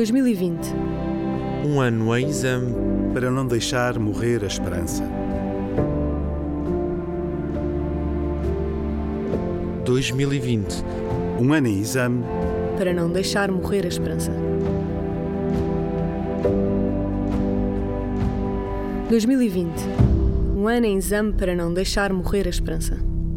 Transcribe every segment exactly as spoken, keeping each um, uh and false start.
dois mil e vinte. Um ano em exame para não deixar morrer a esperança. dois mil e vinte. Um ano em exame para não deixar morrer a esperança. dois mil e vinte. Um ano em exame para não deixar morrer a esperança.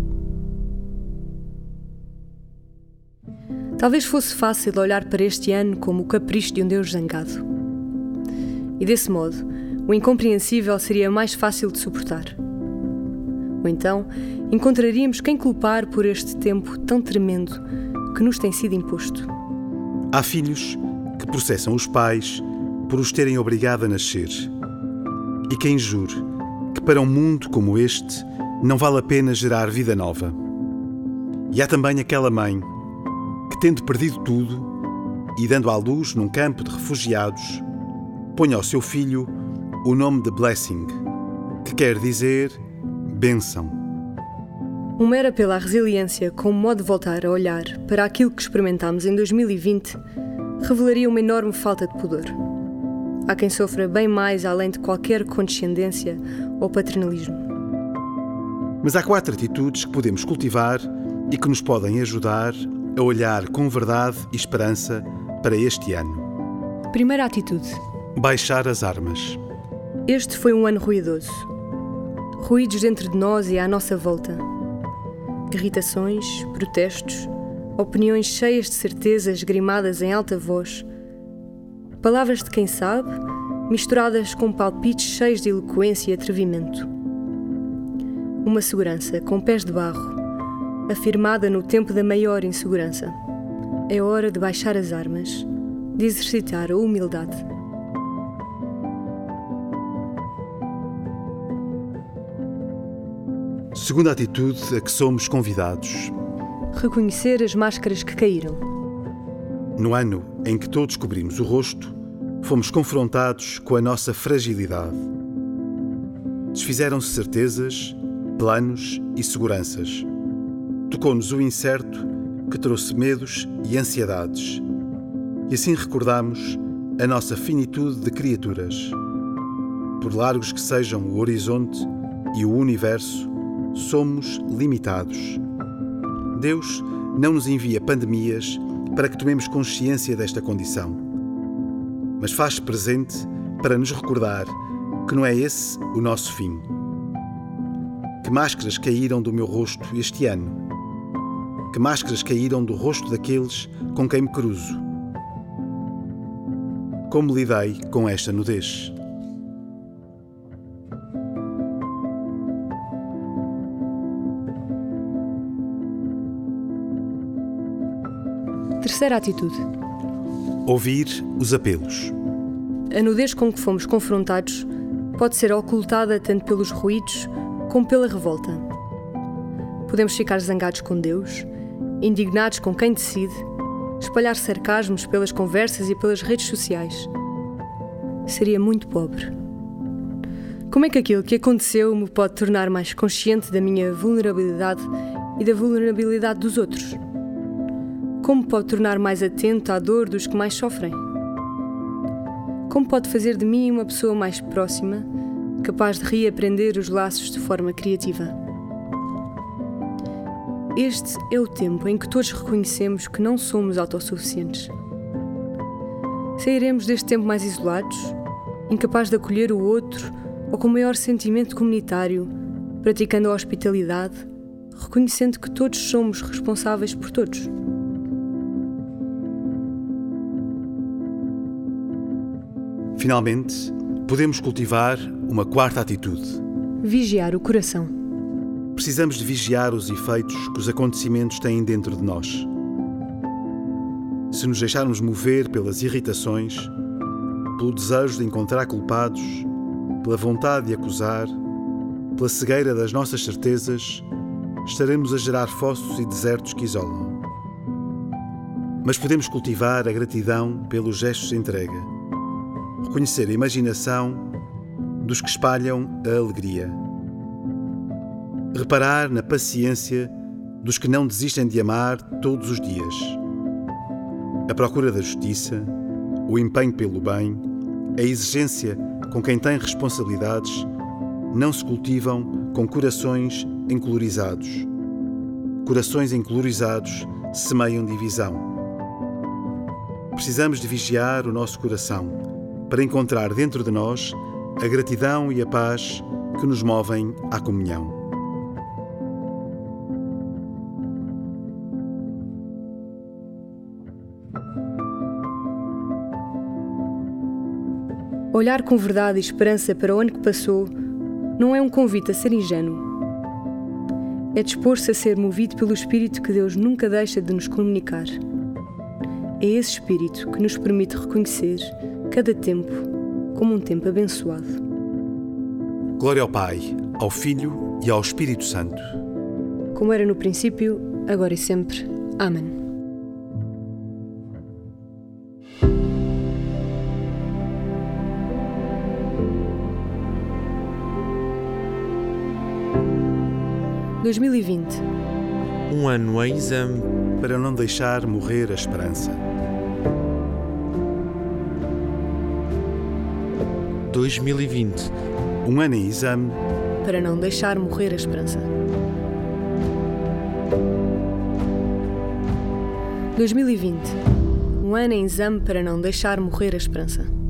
Talvez fosse fácil olhar para este ano como o capricho de um Deus zangado. E desse modo, o incompreensível seria mais fácil de suportar. Ou então, encontraríamos quem culpar por este tempo tão tremendo que nos tem sido imposto. Há filhos que processam os pais por os terem obrigado a nascer. E quem jure que para um mundo como este não vale a pena gerar vida nova. E há também aquela mãe que, tendo perdido tudo e dando à luz num campo de refugiados, põe ao seu filho o nome de Blessing, que quer dizer bênção. Uma era pela resiliência como modo de voltar a olhar para aquilo que experimentámos em dois mil e vinte revelaria uma enorme falta de pudor. Há quem sofra bem mais além de qualquer condescendência ou paternalismo. Mas há quatro atitudes que podemos cultivar e que nos podem ajudar a olhar com verdade e esperança para este ano. Primeira atitude: baixar as armas. Este foi um ano ruidoso. Ruídos dentro de nós e à nossa volta. Irritações, protestos, opiniões cheias de certezas grimadas em alta voz. Palavras de quem sabe, misturadas com palpites cheios de eloquência e atrevimento. Uma segurança com pés de barro, afirmada no tempo da maior insegurança. É hora de baixar as armas, de exercitar a humildade. Segunda atitude a que somos convidados: reconhecer as máscaras que caíram. No ano em que todos cobrimos o rosto, fomos confrontados com a nossa fragilidade. Desfizeram-se certezas, planos e seguranças. Tocou-nos o incerto que trouxe medos e ansiedades. E assim recordámos a nossa finitude de criaturas. Por largos que sejam o horizonte e o universo, somos limitados. Deus não nos envia pandemias para que tomemos consciência desta condição, mas faz-se presente para nos recordar que não é esse o nosso fim. Que máscaras caíram do meu rosto este ano? Que máscaras caíram do rosto daqueles com quem me cruzo? Como lidei com esta nudez? Terceira atitude: ouvir os apelos. A nudez com que fomos confrontados pode ser ocultada tanto pelos ruídos como pela revolta. Podemos ficar zangados com Deus, indignados com quem decide, espalhar sarcasmos pelas conversas e pelas redes sociais. Seria muito pobre. Como é que aquilo que aconteceu me pode tornar mais consciente da minha vulnerabilidade e da vulnerabilidade dos outros? Como pode tornar mais atento à dor dos que mais sofrem? Como pode fazer de mim uma pessoa mais próxima, capaz de reaprender os laços de forma criativa? Este é o tempo em que todos reconhecemos que não somos autossuficientes. Sairemos deste tempo mais isolados, incapazes de acolher o outro ou com maior sentimento comunitário, praticando a hospitalidade, reconhecendo que todos somos responsáveis por todos. Finalmente, podemos cultivar uma quarta atitude: vigiar o coração. Precisamos de vigiar os efeitos que os acontecimentos têm dentro de nós. Se nos deixarmos mover pelas irritações, pelo desejo de encontrar culpados, pela vontade de acusar, pela cegueira das nossas certezas, estaremos a gerar fossos e desertos que isolam. Mas podemos cultivar a gratidão pelos gestos de entrega, reconhecer a imaginação dos que espalham a alegria, reparar na paciência dos que não desistem de amar todos os dias. A procura da justiça, o empenho pelo bem, a exigência com quem tem responsabilidades, não se cultivam com corações encolorizados. Corações encolorizados semeiam divisão. Precisamos de vigiar o nosso coração para encontrar dentro de nós a gratidão e a paz que nos movem à comunhão. Olhar com verdade e esperança para o ano que passou não é um convite a ser ingênuo. É dispor-se a ser movido pelo Espírito que Deus nunca deixa de nos comunicar. É esse Espírito que nos permite reconhecer cada tempo como um tempo abençoado. Glória ao Pai, ao Filho e ao Espírito Santo. Como era no princípio, agora e sempre. Amém. dois mil e vinte. Um ano em exame para não deixar morrer a esperança. dois mil e vinte. Um ano em exame para não deixar morrer a esperança. dois mil e vinte. Um ano em exame para não deixar morrer a esperança.